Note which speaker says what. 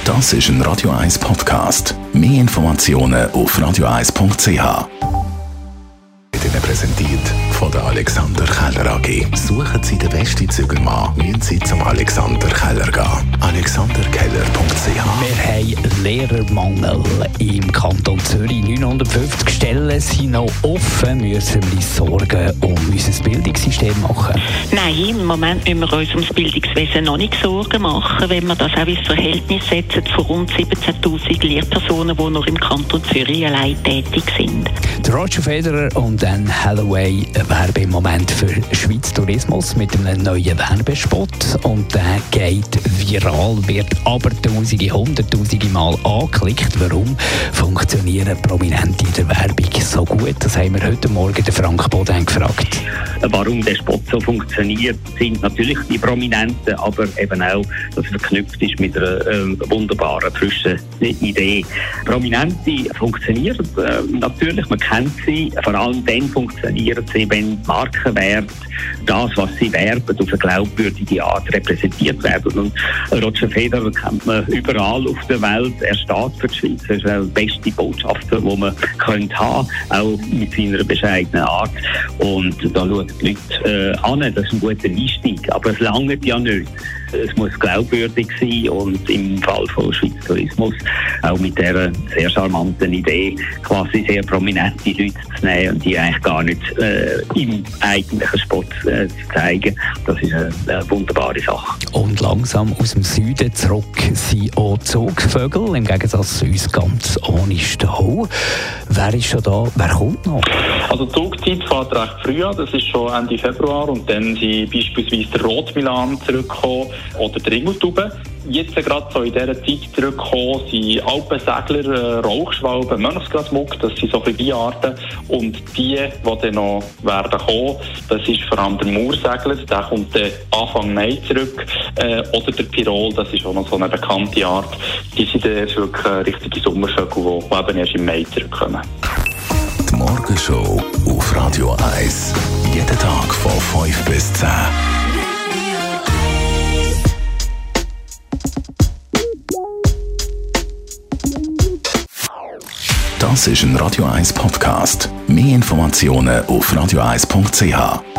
Speaker 1: Das ist ein Radio 1 Podcast. Mehr Informationen auf radio1.ch. Ihnen präsentiert von der Alexander Keller AG. Suchen Sie den besten Zügelmann, müssen Sie zum Alexander Keller gehen. alexanderkeller.ch.
Speaker 2: Wir haben Lehrermangel im Kanton Zürich. 950 Stellen sind noch offen. Müssen wir uns Sorgen um unser Bildungssystem machen?
Speaker 3: Nein, im Moment müssen wir uns um das Bildungswesen noch nicht Sorgen machen, wenn wir das auch ins Verhältnis setzen von rund 17'000 Lehrpersonen, die noch im Kanton Zürich allein tätig sind.
Speaker 2: Der Roger Federer und Dan Holloway werben im Moment für Schweiz Tourismus mit einem neuen Werbespot. Und der geht viral, wird aber hunderttausende Mal angeklickt. Warum funktionieren Prominente in der Werbung so gut? Das haben wir heute Morgen den Frank Boden gefragt.
Speaker 4: Warum der Spot so funktioniert, sind natürlich die Prominenten, aber eben auch, dass es verknüpft ist mit einer wunderbaren, frischen Idee. Prominente funktionieren natürlich, man kennt sie, vor allem dann funktionieren sie, wenn Markenwert, das, was sie werben, auf eine glaubwürdige Art repräsentiert werden. Und Roger Federer kennt man überall auf der Welt. Er steht für die Schweiz. Er ist der beste Botschafter, den man könnte haben, auch mit seiner bescheidenen Art. Und da schauen die Leute an. Das ist ein guter Einstieg. Aber es langt ja nicht. Es muss glaubwürdig sein und im Fall von Schweiz Tourismus auch mit dieser sehr charmanten Idee, quasi sehr prominente Leute zu nehmen und die eigentlich gar nicht im eigentlichen Spot zu zeigen. Das ist eine wunderbare Sache.
Speaker 2: Und langsam aus dem Süden zurück sind auch Zugvögel, im Gegensatz zu uns ganz ohne Stau. Wer ist schon da? Wer kommt noch?
Speaker 5: Also die Zugzeit fährt recht früh an, das ist schon Ende Februar, und dann sind beispielsweise der Rotmilan zurückgekommen oder der Ringeltaube. Jetzt gerade so in dieser Zeit zurückgekommen sind Alpensegler, Rauchschwalben, Mönchsgrasmuck, das sind so Vorbeiarten. Und die dann noch werden kommen, das ist vor allem der Moorsegler, der kommt dann Anfang Mai zurück. Oder der Pirol, das ist auch noch so eine bekannte Art. Die sind dann wirklich richtige Sommervögel, die eben erst im Mai zurückkommen.
Speaker 1: Die Morgenshow auf Radio 1. Jeden Tag von 5 bis 10. Das ist ein Radio 1 Podcast. Mehr Informationen auf radio1.ch.